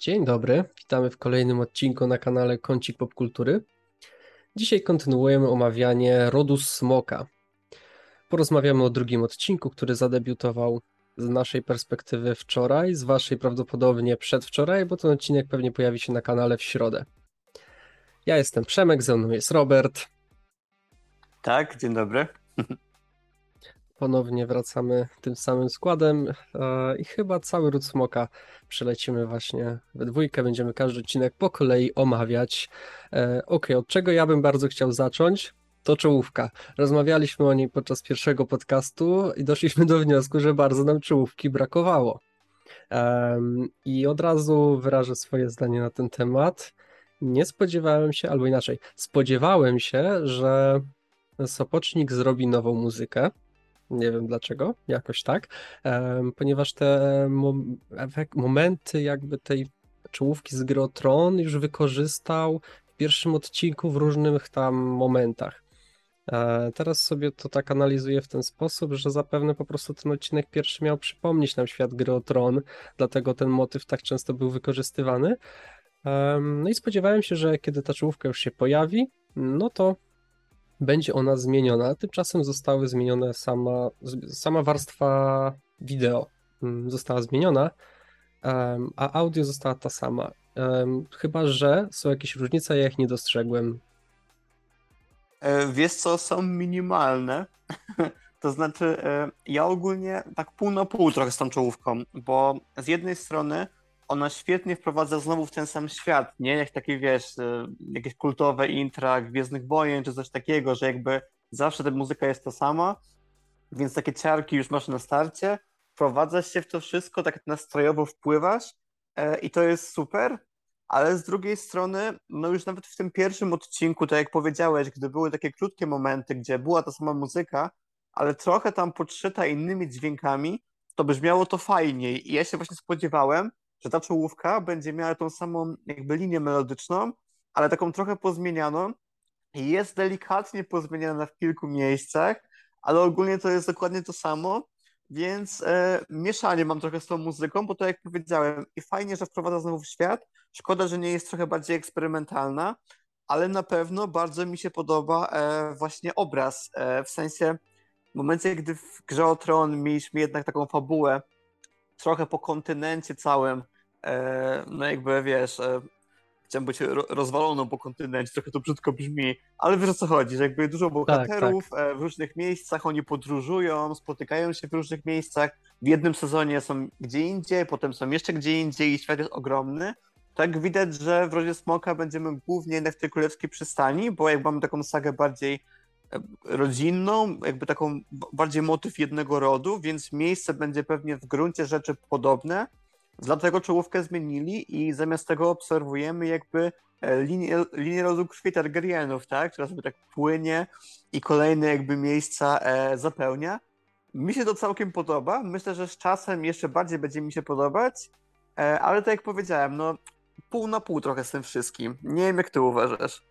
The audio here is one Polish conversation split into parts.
Dzień dobry, witamy w kolejnym odcinku na kanale Kącik Popkultury. Dzisiaj kontynuujemy omawianie rodu smoka. Porozmawiamy o drugim odcinku, który zadebiutował z naszej perspektywy wczoraj, z waszej prawdopodobnie przedwczoraj, bo ten odcinek pewnie pojawi się na kanale w środę. Ja jestem Przemek, ze mną jest Robert. Tak, dzień dobry. Ponownie wracamy tym samym składem i chyba cały ród smoka przelecimy właśnie we dwójkę. Będziemy każdy odcinek po kolei omawiać. Od czego ja bym bardzo chciał zacząć? To czołówka. Rozmawialiśmy o niej podczas pierwszego podcastu i doszliśmy do wniosku, że bardzo nam czołówki brakowało. I od razu wyrażę swoje zdanie na ten temat. Nie spodziewałem się, albo inaczej, spodziewałem się, że Sopocznik zrobi nową muzykę. Nie wiem dlaczego, jakoś tak, ponieważ te momenty jakby tej czołówki z gry o Tron już wykorzystał w pierwszym odcinku w różnych tam momentach. Teraz sobie to tak analizuję w ten sposób, że zapewne po prostu ten odcinek pierwszy miał przypomnieć nam świat gry o Tron, dlatego ten motyw tak często był wykorzystywany. No i spodziewałem się, że kiedy ta czołówka już się pojawi, no to będzie ona zmieniona. Tymczasem zostały zmienione sama warstwa wideo została zmieniona, a audio została ta sama. Chyba że są jakieś różnice, ja ich nie dostrzegłem. Wiesz co, są minimalne. To znaczy, ja ogólnie tak pół na pół trochę z tą czołówką, bo z jednej strony ona świetnie wprowadza znowu w ten sam świat, nie? Jak takie, wiesz, jakieś kultowe intra Gwiezdnych Wojen czy coś takiego, że jakby zawsze ta muzyka jest ta sama, więc takie ciarki już masz na starcie, wprowadzasz się w to wszystko, tak nastrojowo wpływasz i to jest super, ale z drugiej strony, no już nawet w tym pierwszym odcinku, tak jak powiedziałeś, gdy były takie krótkie momenty, gdzie była ta sama muzyka, ale trochę tam podszyta innymi dźwiękami, to brzmiało to fajniej i ja się właśnie spodziewałem, że ta czołówka będzie miała tą samą jakby linię melodyczną, ale taką trochę pozmienianą i jest delikatnie pozmieniana w kilku miejscach, ale ogólnie to jest dokładnie to samo, więc mieszanie mam trochę z tą muzyką, bo to jak powiedziałem, i fajnie, że wprowadza znowu w świat, szkoda, że nie jest trochę bardziej eksperymentalna, ale na pewno bardzo mi się podoba właśnie obraz, w sensie w momencie, gdy w Grze o Tron mieliśmy jednak taką fabułę trochę po kontynencie całym, no jakby wiesz, chciałem być rozwaloną po kontynencie, trochę to brzydko brzmi, ale wiesz o co chodzi, że jakby dużo Tak, tak. bohaterów w różnych miejscach, oni podróżują, spotykają się w różnych miejscach, w jednym sezonie są gdzie indziej, potem są jeszcze gdzie indziej i świat jest ogromny. Tak widać, że w Rodzie Smoka będziemy głównie jednak w tej królewskiej przystani, bo jak mamy taką sagę bardziej rodzinną, jakby taką bardziej motyw jednego rodu, więc miejsce będzie pewnie w gruncie rzeczy podobne. Dlatego czołówkę zmienili i zamiast tego obserwujemy jakby linię rodu krwi Targaryenów, tak? Która sobie tak płynie i kolejne jakby miejsca zapełnia. Mi się to całkiem podoba. Myślę, że z czasem jeszcze bardziej będzie mi się podobać, ale tak jak powiedziałem, no pół na pół trochę z tym wszystkim. Nie wiem, jak ty uważasz.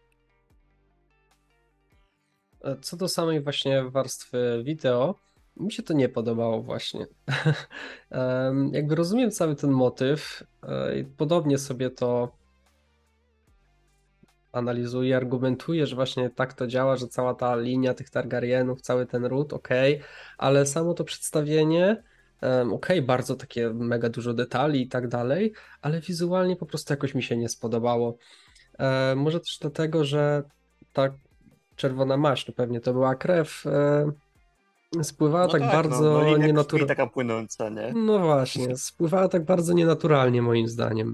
Co do samej właśnie warstwy wideo, mi się to nie podobało właśnie. Jakby rozumiem cały ten motyw i podobnie sobie to analizuję, argumentuję, że właśnie tak to działa, że cała ta linia tych Targaryenów, cały ten ród, ale samo to przedstawienie, bardzo takie mega dużo detali i tak dalej, ale wizualnie po prostu jakoś mi się nie spodobało. Może też dlatego, że ta czerwona maść, no pewnie to była krew, spływała No tak tak, no bardzo linia krwi nienaturalnie. taka płynąca, nie? No właśnie, spływała tak bardzo nienaturalnie moim zdaniem.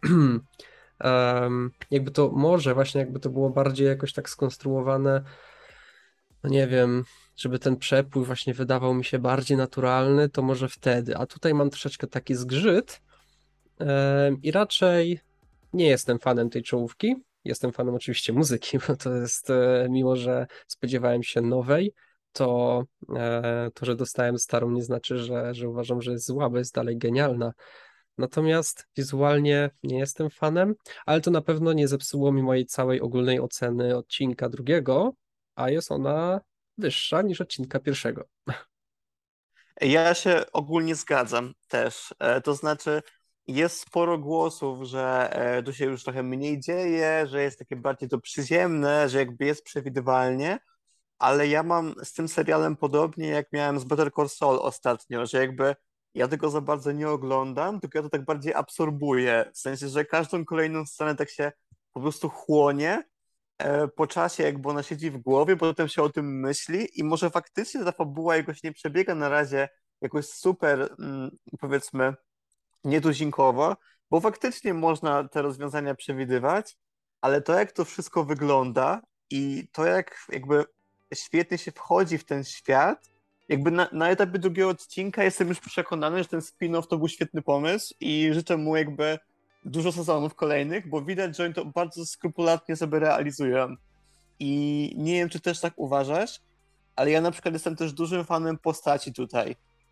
Jakby to może właśnie jakby to było bardziej jakoś tak skonstruowane, no nie wiem, żeby ten przepływ właśnie wydawał mi się bardziej naturalny, to może wtedy, a tutaj mam troszeczkę taki zgrzyt i raczej nie jestem fanem tej czołówki. Jestem fanem oczywiście muzyki, bo to jest, mimo że spodziewałem się nowej, to, że dostałem starą nie znaczy, że uważam, że jest zła, bo jest dalej genialna. Natomiast wizualnie nie jestem fanem, ale to na pewno nie zepsuło mi mojej całej ogólnej oceny odcinka drugiego, a jest ona wyższa niż odcinka pierwszego. Ja się ogólnie zgadzam też. To znaczy, jest sporo głosów, że tu się już trochę mniej dzieje, że jest takie bardziej to przyziemne, że jakby jest przewidywalnie, ale ja mam z tym serialem podobnie jak miałem z Better Call Saul ostatnio, że jakby ja tego za bardzo nie oglądam, tylko ja to tak bardziej absorbuję, w sensie, że każdą kolejną scenę tak się po prostu chłonie, po czasie jakby ona siedzi w głowie, potem się o tym myśli i może faktycznie ta fabuła jakoś nie przebiega na razie jakoś super, powiedzmy, nietuzinkowo, bo faktycznie można te rozwiązania przewidywać, ale to jak to wszystko wygląda i to jak jakby świetnie się wchodzi w ten świat, jakby na etapie drugiego odcinka jestem już przekonany, że ten spin-off to był świetny pomysł i życzę mu jakby dużo sezonów kolejnych, bo widać, że oni to bardzo skrupulatnie sobie realizują. I nie wiem, czy też tak uważasz, ale ja na przykład jestem też dużym fanem postaci tutaj.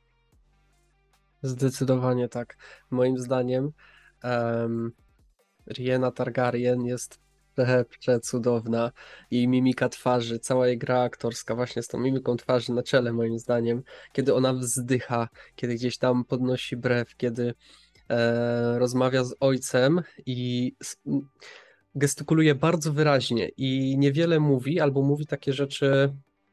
Zdecydowanie tak. Moim zdaniem um, Rhienna Targaryen jest przecudowna. Jej mimika twarzy, cała jej gra aktorska właśnie z tą mimiką twarzy na czele moim zdaniem, kiedy ona wzdycha, kiedy gdzieś tam podnosi brew, kiedy rozmawia z ojcem i gestykuluje bardzo wyraźnie i niewiele mówi, albo mówi takie rzeczy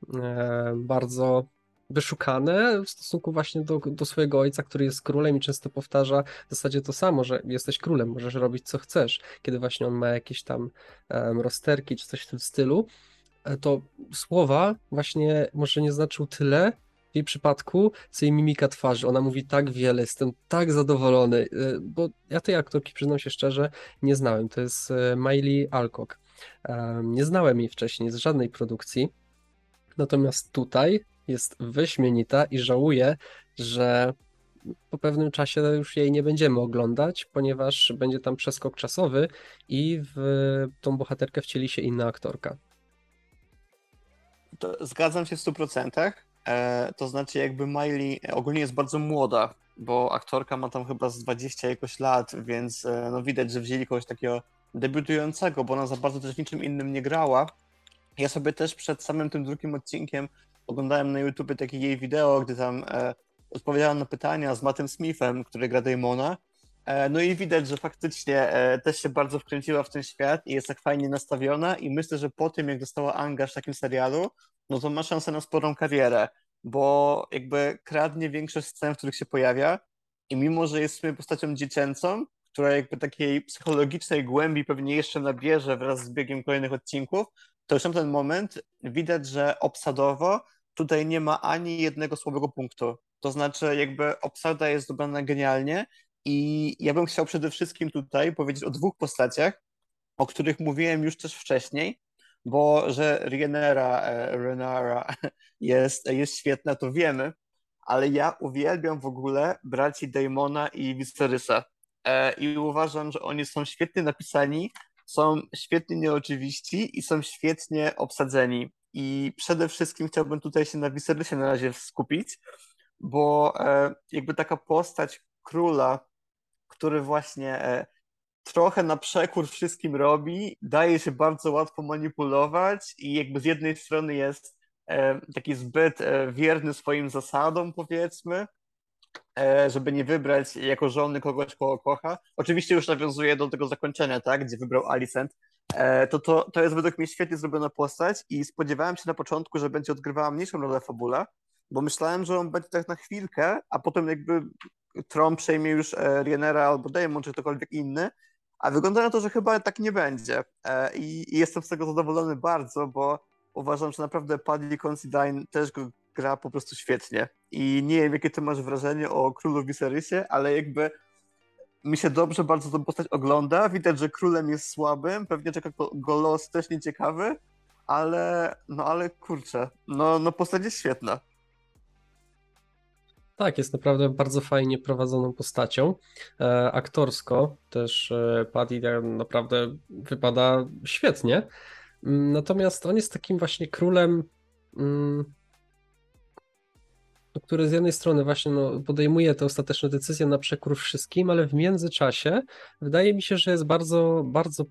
bardzo wyszukane w stosunku właśnie do swojego ojca, który jest królem i często powtarza w zasadzie to samo, że jesteś królem, możesz robić co chcesz. Kiedy właśnie on ma jakieś tam rozterki czy coś w tym stylu, to słowa właśnie może nie znaczył tyle w jej przypadku, co jej mimika twarzy. Ona mówi tak wiele, jestem tak zadowolony, bo ja tej aktorki, przyznam się szczerze, nie znałem. To jest Miley Alcock. Nie znałem jej wcześniej z żadnej produkcji, natomiast tutaj jest wyśmienita i żałuję, że po pewnym czasie już jej nie będziemy oglądać, ponieważ będzie tam przeskok czasowy i w tą bohaterkę wcieli się inna aktorka. To zgadzam się w 100%. To znaczy, jakby Miley ogólnie jest bardzo młoda, bo aktorka ma tam chyba z 20 jakoś lat, więc no widać, że wzięli kogoś takiego debiutującego, bo ona za bardzo też niczym innym nie grała. Ja sobie też przed samym tym drugim odcinkiem oglądałem na YouTube takie jej wideo, gdy tam odpowiadała na pytania z Mattem Smithem, który gra Damona. No i widać, że faktycznie też się bardzo wkręciła w ten świat i jest tak fajnie nastawiona i myślę, że po tym, jak dostała angaż w takim serialu, no to ma szansę na sporą karierę, bo jakby kradnie większość scen, w których się pojawia i mimo, że jest w sumie postacią dziecięcą, która jakby takiej psychologicznej głębi pewnie jeszcze nabierze wraz z biegiem kolejnych odcinków, to już na ten moment widać, że obsadowo tutaj nie ma ani jednego słabego punktu. To znaczy jakby obsada jest dobrana genialnie i ja bym chciał przede wszystkim tutaj powiedzieć o dwóch postaciach, o których mówiłem już też wcześniej, bo że Rhaenyra jest świetna, to wiemy, ale ja uwielbiam w ogóle braci Daemona i Viserysa. I uważam, że oni są świetnie napisani, są świetnie nieoczywiści i są świetnie obsadzeni. I przede wszystkim chciałbym tutaj się na Viserysie na razie skupić, bo jakby taka postać króla, który właśnie trochę na przekór wszystkim robi, daje się bardzo łatwo manipulować i jakby z jednej strony jest taki zbyt wierny swoim zasadom, powiedzmy, żeby nie wybrać jako żony kogoś, kogo kocha. Oczywiście już nawiązuje do tego zakończenia, tak, gdzie wybrał Alicent. To jest według mnie świetnie zrobiona postać i spodziewałem się na początku, że będzie odgrywała mniejszą rolę w fabule, bo myślałem, że on będzie tak na chwilkę, a potem jakby tron przejmie już Rhaenyra albo Daemon, czy ktokolwiek inny, a wygląda na to, że chyba tak nie będzie. I jestem z tego zadowolony bardzo, bo uważam, że naprawdę Paddy Considine też go gra po prostu świetnie. I nie wiem, jakie ty masz wrażenie o królu Viserysie, ale jakby mi się dobrze bardzo tą postać ogląda. Widać, że królem jest słabym, pewnie czeka go los też nieciekawy, ale kurczę, no postać jest świetna. Tak, jest naprawdę bardzo fajnie prowadzoną postacią. Aktorsko też Paddy naprawdę wypada świetnie. Natomiast on jest takim właśnie królem, mm, który z jednej strony właśnie podejmuje te ostateczne decyzje na przekór wszystkim, ale w międzyczasie wydaje mi się, że jest bardzo,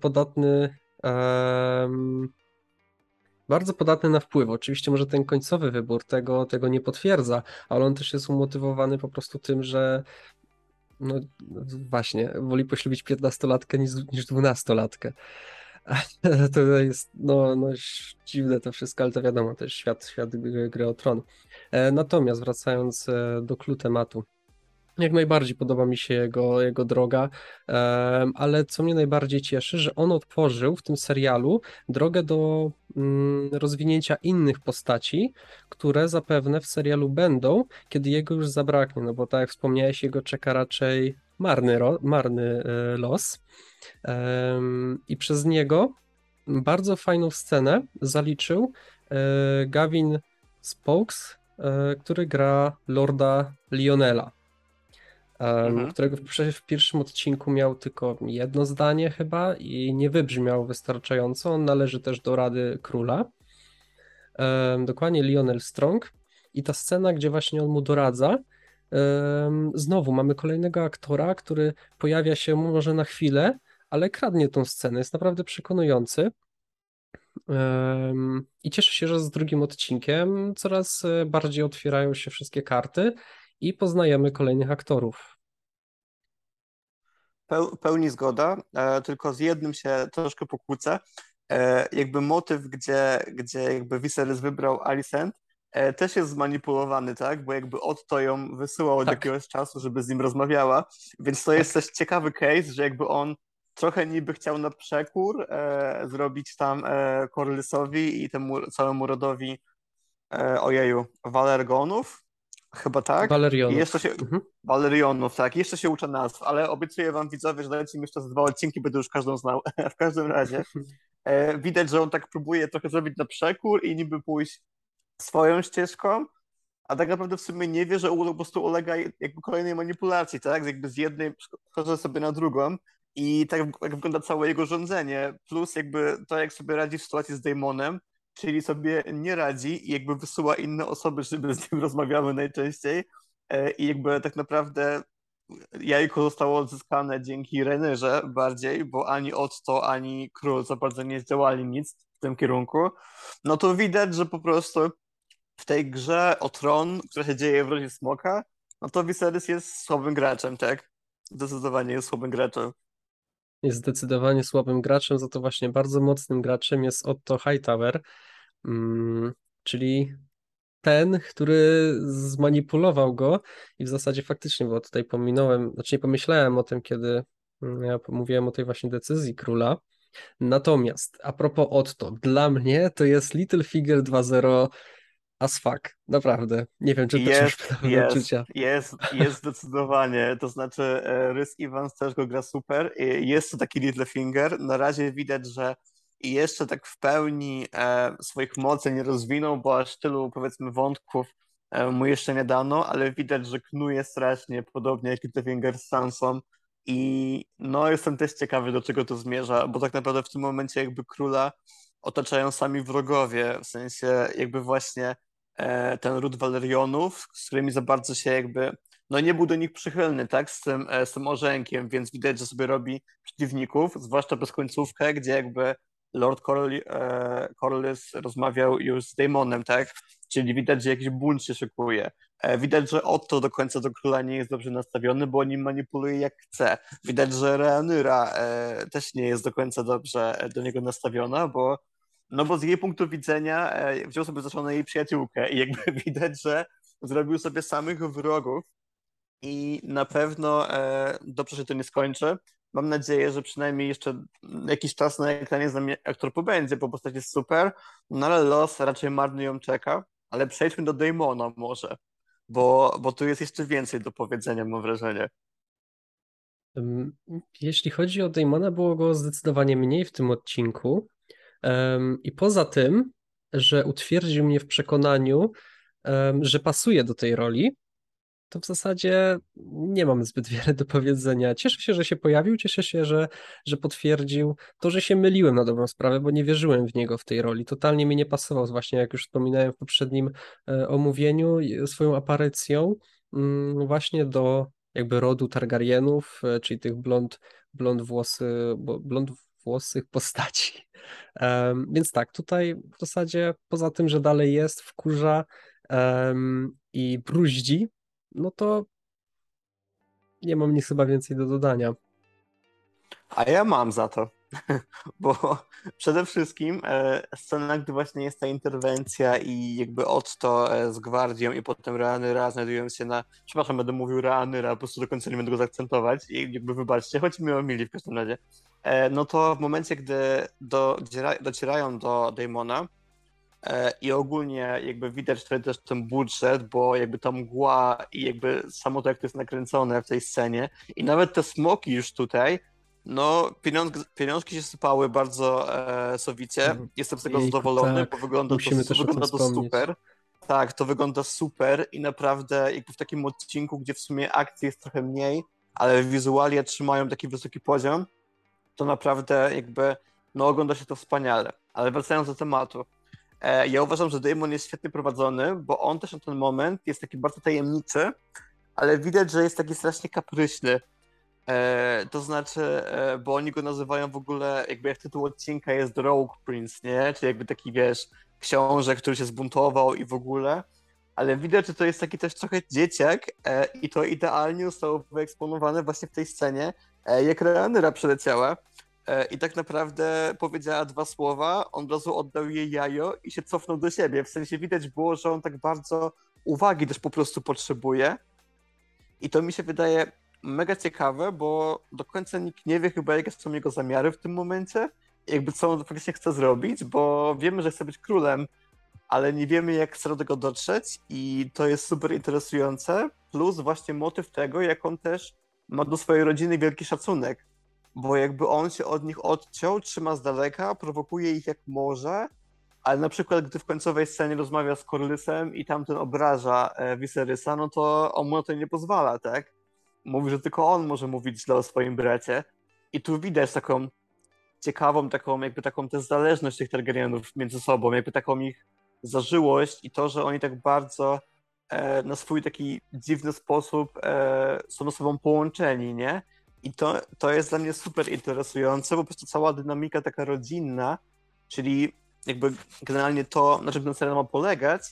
bardzo podatny na wpływ. Oczywiście może ten końcowy wybór tego nie potwierdza, ale on też jest umotywowany po prostu tym, że No właśnie, woli poślubić 15-latkę niż 12-latkę. To jest dziwne to wszystko, ale to wiadomo, to jest świat gry o tron. Natomiast wracając do clou tematu. Jak najbardziej podoba mi się jego droga, ale co mnie najbardziej cieszy, że on otworzył w tym serialu drogę do rozwinięcia innych postaci, które zapewne w serialu będą, kiedy jego już zabraknie, no bo tak jak wspomniałeś, jego czeka raczej marny los. I przez niego bardzo fajną scenę zaliczył Gavin Spokes, który gra Lorda Lionela, Mhm. którego w pierwszym odcinku miał tylko jedno zdanie chyba i nie wybrzmiał wystarczająco. On należy też do Rady Króla. Dokładnie Lionel Strong. I ta scena, gdzie właśnie on mu doradza, znowu mamy kolejnego aktora, który pojawia się może na chwilę, ale kradnie tą scenę. Jest naprawdę przekonujący. I cieszę się, że z drugim odcinkiem coraz bardziej otwierają się wszystkie karty i poznajemy kolejnych aktorów. Pełni zgoda, tylko z jednym się troszkę pokłócę. Jakby motyw, gdzie jakby Viserys wybrał Alicent, też jest zmanipulowany, tak? Bo jakby Otto ją wysyłał od Tak, jakiegoś czasu, żeby z nim rozmawiała, więc to jest tak. też ciekawy case, że jakby on trochę niby chciał na przekór zrobić tam Corlysowi i temu całemu rodowi ojeju, Walergonów, chyba tak. I jeszcze Walerionów. się. Mhm. Walerionów, tak. Jeszcze się uczę nazw, ale obiecuję wam widzowie, że dajcie mi jeszcze z 2 odcinki, będę już każdą znał. W każdym razie widać, że on tak próbuje trochę zrobić na przekór i niby pójść swoją ścieżką, a tak naprawdę w sumie nie wie, że po prostu ulega jakby kolejnej manipulacji, tak? Jakby z jednej przechodzi sobie na drugą i tak jak wygląda całe jego rządzenie, plus jakby to, jak sobie radzi w sytuacji z Daemonem, czyli sobie nie radzi i jakby wysyła inne osoby, żeby z nim rozmawiały najczęściej i jakby tak naprawdę jajko zostało odzyskane dzięki Renerze bardziej, bo ani Otto, ani Król za bardzo nie zdziałali nic w tym kierunku, no to widać, że po prostu w tej grze o tron, która się dzieje w Rodzie Smoka, no to Viserys jest słabym graczem, tak? Zdecydowanie jest słabym graczem. Jest zdecydowanie słabym graczem, za to właśnie bardzo mocnym graczem jest Otto Hightower, czyli ten, który zmanipulował go i w zasadzie faktycznie, bo tutaj pominąłem, znaczy nie pomyślałem o tym, kiedy ja mówiłem o tej właśnie decyzji króla. Natomiast a propos Otto, dla mnie to jest Littlefinger 2.0 as fuck, naprawdę. Nie wiem, czy też masz podobne odczucia. Jest zdecydowanie. To znaczy, Rhys Evans też go gra super. Jest to taki Littlefinger. Na razie widać, że jeszcze tak w pełni swoich mocy nie rozwinął, bo aż tylu, powiedzmy, wątków mu jeszcze nie dano, ale widać, że knuje strasznie, podobnie jak Littlefinger z Sansą. I no, jestem też ciekawy, do czego to zmierza, bo tak naprawdę w tym momencie jakby króla otaczają sami wrogowie, w sensie jakby właśnie ten ród Walerionów, z którymi za bardzo się jakby, no nie był do nich przychylny, tak, z tym orzenkiem, więc widać, że sobie robi przeciwników, zwłaszcza przez końcówkę, gdzie jakby Corlys rozmawiał już z Daemonem, tak, czyli widać, że jakiś bunt się szykuje. Widać, że Otto do końca do króla nie jest dobrze nastawiony, bo nim manipuluje jak chce. Widać, że Rhaenyra też nie jest do końca dobrze do niego nastawiona, bo no bo z jej punktu widzenia wziął sobie za jej przyjaciółkę i jakby widać, że zrobił sobie samych wrogów i na pewno dobrze się to nie skończy. Mam nadzieję, że przynajmniej jeszcze jakiś czas na ekranie z nami aktor pobędzie, bo postać jest super, no ale los raczej marny ją czeka. Ale przejdźmy do Damona może, bo tu jest jeszcze więcej do powiedzenia, mam wrażenie. Ym, Jeśli chodzi o Damona, było go zdecydowanie mniej w tym odcinku. I poza tym, że utwierdził mnie w przekonaniu, że pasuje do tej roli, to w zasadzie nie mam zbyt wiele do powiedzenia. Cieszę się, że się pojawił, cieszę się, że potwierdził to, że się myliłem na dobrą sprawę, bo nie wierzyłem w niego w tej roli. Totalnie mi nie pasował, właśnie jak już wspominałem w poprzednim omówieniu, swoją aparycją właśnie do jakby rodu Targaryenów, czyli tych blond włosych postaci. Więc tak, tutaj w zasadzie poza tym, że dalej jest, wkurza i bruździ, no to nie mam nic chyba więcej do dodania. A ja mam za to, bo przede wszystkim scena, gdy właśnie jest ta interwencja i jakby Otto z gwardią i potem Rhaenyra znajdują się na... Przepraszam, będę mówił Rhaenyra, po prostu do końca nie będę go zaakcentować i jakby wybaczcie, chodzi mi o Emily w każdym razie. No to w momencie, gdy docierają do Daemona i ogólnie jakby widać tutaj też ten budżet, bo jakby ta mgła i jakby samo to, jak to jest nakręcone w tej scenie i nawet te smoki już tutaj, no pieniążki się sypały bardzo sowicie. Jestem z tego Jejku, zadowolony, bo tak, musimy też o tym wygląda to wspomnieć. super. Tak, to wygląda super i naprawdę jakby w takim odcinku, gdzie w sumie akcji jest trochę mniej, ale wizualia trzymają taki wysoki poziom, to naprawdę jakby no ogląda się to wspaniale. Ale wracając do tematu, ja uważam, że Damon jest świetnie prowadzony, bo on też na ten moment jest taki bardzo tajemniczy, ale widać, że jest taki strasznie kapryśny. To znaczy, bo oni go nazywają w ogóle, jakby jak tytuł odcinka jest Rogue Prince, nie? Czyli jakby taki, wiesz, książę, który się zbuntował i w ogóle. Ale widać, że to jest taki też trochę dzieciak i to idealnie zostało wyeksponowane właśnie w tej scenie, jak Rhaenyra przyleciała. I tak naprawdę powiedziała dwa słowa, on od razu oddał jej jajo i się cofnął do siebie. W sensie widać było, że on tak bardzo uwagi też po prostu potrzebuje. I to mi się wydaje mega ciekawe, bo do końca nikt nie wie chyba, jakie są jego zamiary w tym momencie. Jakby co on faktycznie chce zrobić, bo wiemy, że chce być królem, ale nie wiemy, jak chce do tego dotrzeć i to jest super interesujące. Plus właśnie motyw tego, jak on też ma do swojej rodziny wielki szacunek, bo jakby on się od nich odciął, trzyma z daleka, prowokuje ich jak może, ale na przykład gdy w końcowej scenie rozmawia z Corlysem i tamten obraża Viserysa, no to on mu na to nie pozwala, tak? Mówi, że tylko on może mówić źle o swoim bracie i tu widać taką ciekawą, taką jakby taką też zależność tych Targaryenów między sobą, jakby taką ich zażyłość i to, że oni tak bardzo na swój taki dziwny sposób są ze sobą połączeni, nie? I to jest dla mnie super interesujące, bo po prostu cała dynamika taka rodzinna, czyli jakby generalnie to, na czym ten serial ma polegać,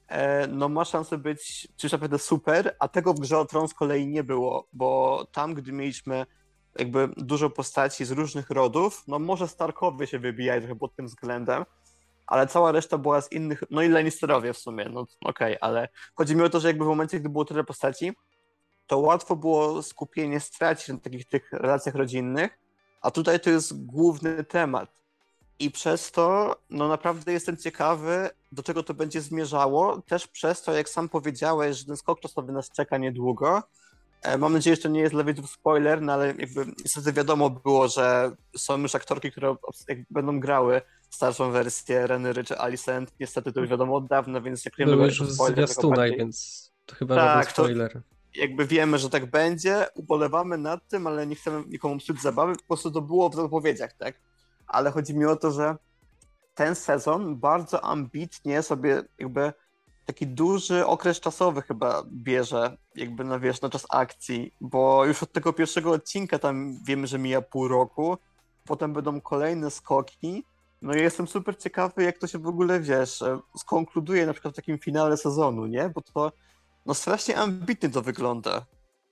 no ma szansę być czymś naprawdę super, a tego w Grze o Tron z kolei nie było, bo tam, gdy mieliśmy jakby dużo postaci z różnych rodów, no może Starkowie się wybijają trochę pod tym względem, ale cała reszta była z innych, no i Lannisterowie w sumie, no okej, ale chodzi mi o to, że jakby w momencie, gdy było tyle postaci, to łatwo było skupienie stracić na takich tych relacjach rodzinnych, a tutaj to jest główny temat. I przez to, no naprawdę jestem ciekawy, do czego to będzie zmierzało. Też przez to, jak sam powiedziałeś, że ten skok czasowy nas czeka niedługo. Mam nadzieję, że to nie jest dla widzów spoiler, no ale jakby niestety wiadomo było, że są już aktorki, które będą grały starszą wersję Rhaenyry czy Alicent. Niestety to już wiadomo od dawna, więc jak nie Były mogę już jako w spoiler, tylko zwiastunach, bardziej... więc to chyba żaden Tak, to spoiler. jakby wiemy, że tak będzie, ubolewamy nad tym, ale nie chcemy nikomu psuć zabawy, po prostu to było w zapowiedziach, tak? Ale chodzi mi o to, że ten sezon bardzo ambitnie sobie jakby taki duży okres czasowy chyba bierze jakby na, wiesz, na czas akcji, bo już od tego pierwszego odcinka tam wiemy, że mija pół roku, potem będą kolejne skoki, no i jestem super ciekawy, jak to się w ogóle, wiesz, skonkluduje na przykład w takim finale sezonu, nie? Bo to no strasznie ambitnie to wygląda.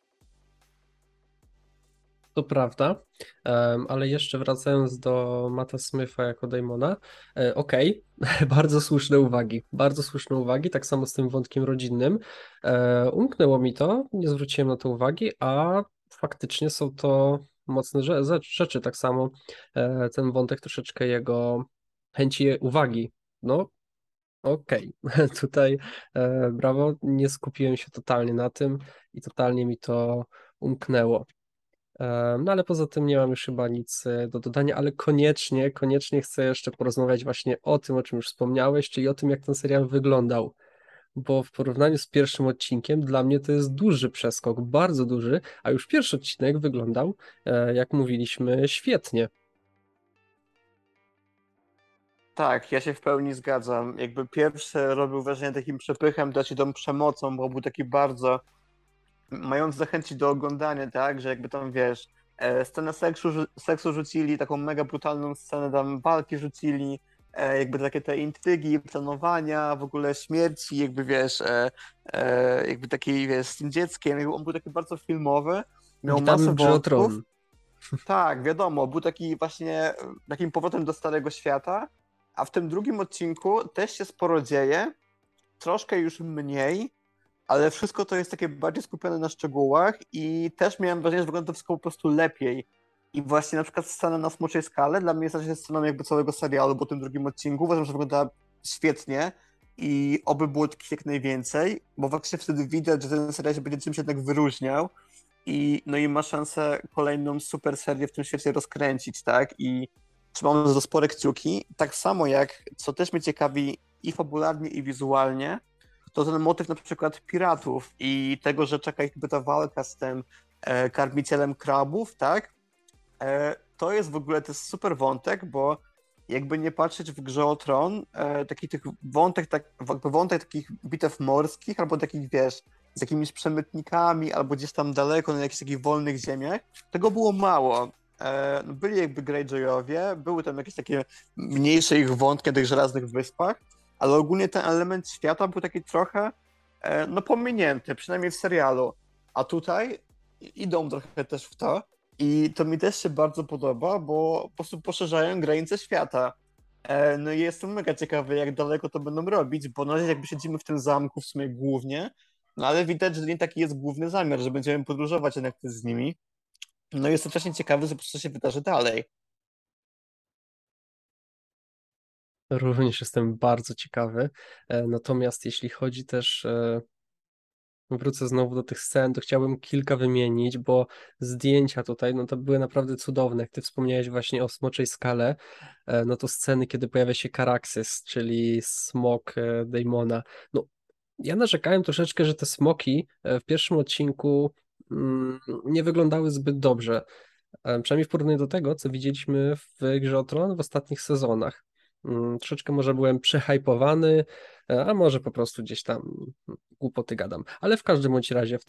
To prawda, ale jeszcze wracając do Matta Smitha jako Damona, okej, bardzo słuszne uwagi, tak samo z tym wątkiem rodzinnym. Umknęło mi to, nie zwróciłem na to uwagi, a faktycznie są to mocne rzeczy, tak samo ten wątek troszeczkę jego chęci uwagi. No, okej, tutaj brawo, nie skupiłem się totalnie na tym i totalnie mi to umknęło. No ale poza tym nie mam już chyba nic do dodania, ale koniecznie chcę jeszcze porozmawiać właśnie o tym, o czym już wspomniałeś, czyli o tym, jak ten serial wyglądał. Bo w porównaniu z pierwszym odcinkiem dla mnie to jest duży przeskok, bardzo duży, a już pierwszy odcinek wyglądał, jak mówiliśmy, świetnie. Tak, ja się w pełni zgadzam. Jakby pierwszy robił wrażenie takim przepychem, dać tą przemocą, bo był taki bardzo mając zachęcić do oglądania, tak, że jakby tam wiesz, scenę seksu rzucili, taką mega brutalną scenę tam walki rzucili, jakby takie te intrygi, planowania, w ogóle śmierci, jakby wiesz, jakby takiej, wiesz, z tym dzieckiem, jakby on był taki bardzo filmowy, Miał Witamy masę w Grze o wątków. Tron. Tak, wiadomo, był taki właśnie takim powrotem do Starego Świata, a w tym drugim odcinku też się sporo dzieje, troszkę już mniej, ale wszystko to jest takie bardziej skupione na szczegółach i też miałem wrażenie, że wygląda to wszystko po prostu lepiej. I właśnie na przykład scena na Smoczej Skale dla mnie jest też sceną jakby całego serialu, bo w tym drugim odcinku uważam, że wygląda świetnie i oby było takich jak najwięcej, bo właśnie wtedy widać, że ten serial się będzie czymś jednak wyróżniał i no i ma szansę kolejną super serię w tym świecie rozkręcić, tak? I trzymam za spore kciuki. Tak samo jak, co też mnie ciekawi i fabularnie, i wizualnie, to ten motyw na przykład piratów i tego, że czeka jakby ta walka z tym karmicielem krabów, tak? To jest w ogóle to jest super wątek, bo jakby nie patrzeć w Grze o Tron, taki tych wątek takich bitew morskich, albo takich, wiesz, z jakimiś przemytnikami, albo gdzieś tam daleko na jakichś takich wolnych ziemiach, tego było mało. Byli jakby Greyjoyowie, były tam jakieś takie mniejsze ich wątki na tych żelaznych wyspach, ale ogólnie ten element świata był taki trochę no pominięty, przynajmniej w serialu. A tutaj idą trochę też w to i to mi też się bardzo podoba, bo po prostu poszerzają granice świata. No i jestem mega ciekawy, jak daleko to będą robić, bo na razie jakby siedzimy w tym zamku w sumie głównie, no ale widać, że nie taki jest główny zamiar, że będziemy podróżować jednak też z nimi. No i jestem wcześniej ciekawy, co się wydarzy dalej. Również jestem bardzo ciekawy. Natomiast jeśli chodzi też, wrócę znowu do tych scen, to chciałbym kilka wymienić, bo zdjęcia tutaj, no to były naprawdę cudowne. Jak ty wspomniałeś właśnie o Smoczej Skale, no to sceny, kiedy pojawia się Karaxys, czyli smok Daemona. No, ja narzekałem troszeczkę, że te smoki w pierwszym odcinku nie wyglądały zbyt dobrze. Przynajmniej w porównaniu do tego, co widzieliśmy w Grze o Tron w ostatnich sezonach. Troszeczkę może byłem przehypowany, a może po prostu gdzieś tam głupoty gadam. Ale w każdym bądź razie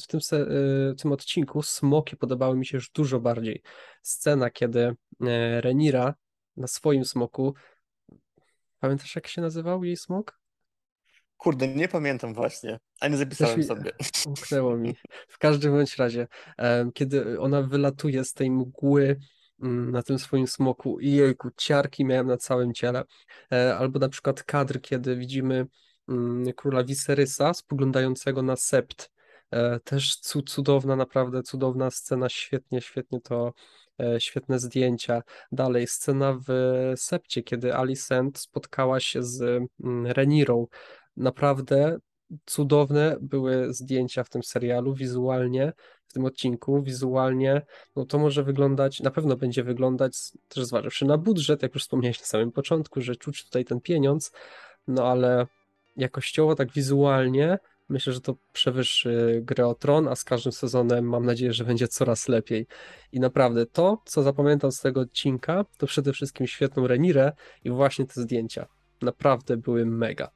w tym odcinku smoki podobały mi się już dużo bardziej. Scena, kiedy Rhaenyra na swoim smoku, pamiętasz jak się nazywał jej smok? Kurde, nie pamiętam właśnie, a nie Też zapisałem mi sobie. umknęło mi. W każdym bądź razie, kiedy ona wylatuje z tej mgły na tym swoim smoku i jejku, ciarki miałem na całym ciele. Albo na przykład kadr, kiedy widzimy króla Viserysa spoglądającego na sept. Też cudowna, naprawdę cudowna scena, świetnie, świetnie to, świetne zdjęcia. Dalej, scena w sepcie, kiedy Alicent spotkała się z Rhaenyrą. Naprawdę cudowne były zdjęcia w tym serialu, wizualnie, w tym odcinku, wizualnie, no to może wyglądać, na pewno będzie wyglądać, też zważywszy na budżet, jak już wspomniałeś na samym początku, że czuć tutaj ten pieniądz, no ale jakościowo, tak wizualnie, myślę, że to przewyższy Grę o Tron, a z każdym sezonem mam nadzieję, że będzie coraz lepiej. I naprawdę to, co zapamiętam z tego odcinka, to przede wszystkim świetną Rhaenyrę i właśnie te zdjęcia. Naprawdę były mega.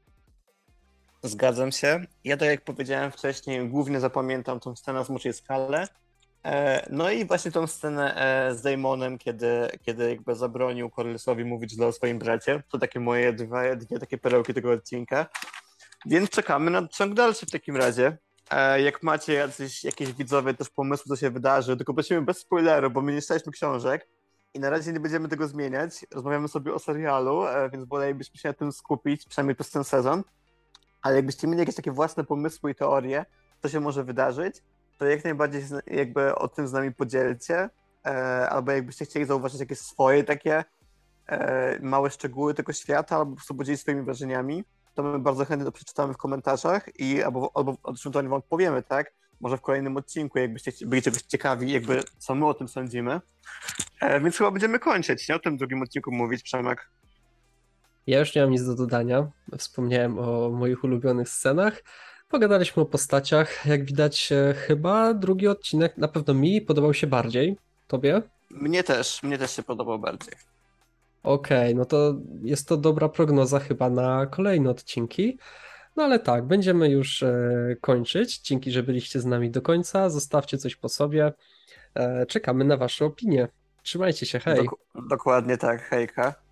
Zgadzam się. Ja tak jak powiedziałem wcześniej, głównie zapamiętam tą scenę w Smoczej Skale. No i właśnie tą scenę z Daemonem, kiedy jakby zabronił Corlysowi mówić źle o swoim bracie. To takie moje dwie takie perełki tego odcinka. Więc czekamy na ciąg dalszy w takim razie. Jak macie jakieś widzowie też pomysły, co się wydarzy, tylko prosimy bez spoileru, bo my nie czytaliśmy książek i na razie nie będziemy tego zmieniać. Rozmawiamy sobie o serialu, więc wolelibyśmy się na tym skupić, przynajmniej przez ten sezon. Ale jakbyście mieli jakieś takie własne pomysły i teorie, co się może wydarzyć, to jak najbardziej jakby o tym z nami podzielcie, albo jakbyście chcieli zauważyć jakieś swoje takie małe szczegóły tego świata, albo po prostu podzielić swoimi wrażeniami, to my bardzo chętnie to przeczytamy w komentarzach i albo ewentualnie wam powiemy, tak? Może w kolejnym odcinku, jakbyście byli czegoś ciekawi, jakby co my o tym sądzimy. Więc chyba będziemy kończyć, nie? O tym drugim odcinku mówić, Przemek. Ja już nie mam nic do dodania. Wspomniałem o moich ulubionych scenach. Pogadaliśmy o postaciach. Jak widać, chyba drugi odcinek na pewno mi podobał się bardziej. Tobie? Mnie też się podobał bardziej. Okej, no to jest to dobra prognoza chyba na kolejne odcinki. No ale tak, będziemy już kończyć. Dzięki, że byliście z nami do końca. Zostawcie coś po sobie. Czekamy na wasze opinie. Trzymajcie się, hej. Dokładnie tak, hejka.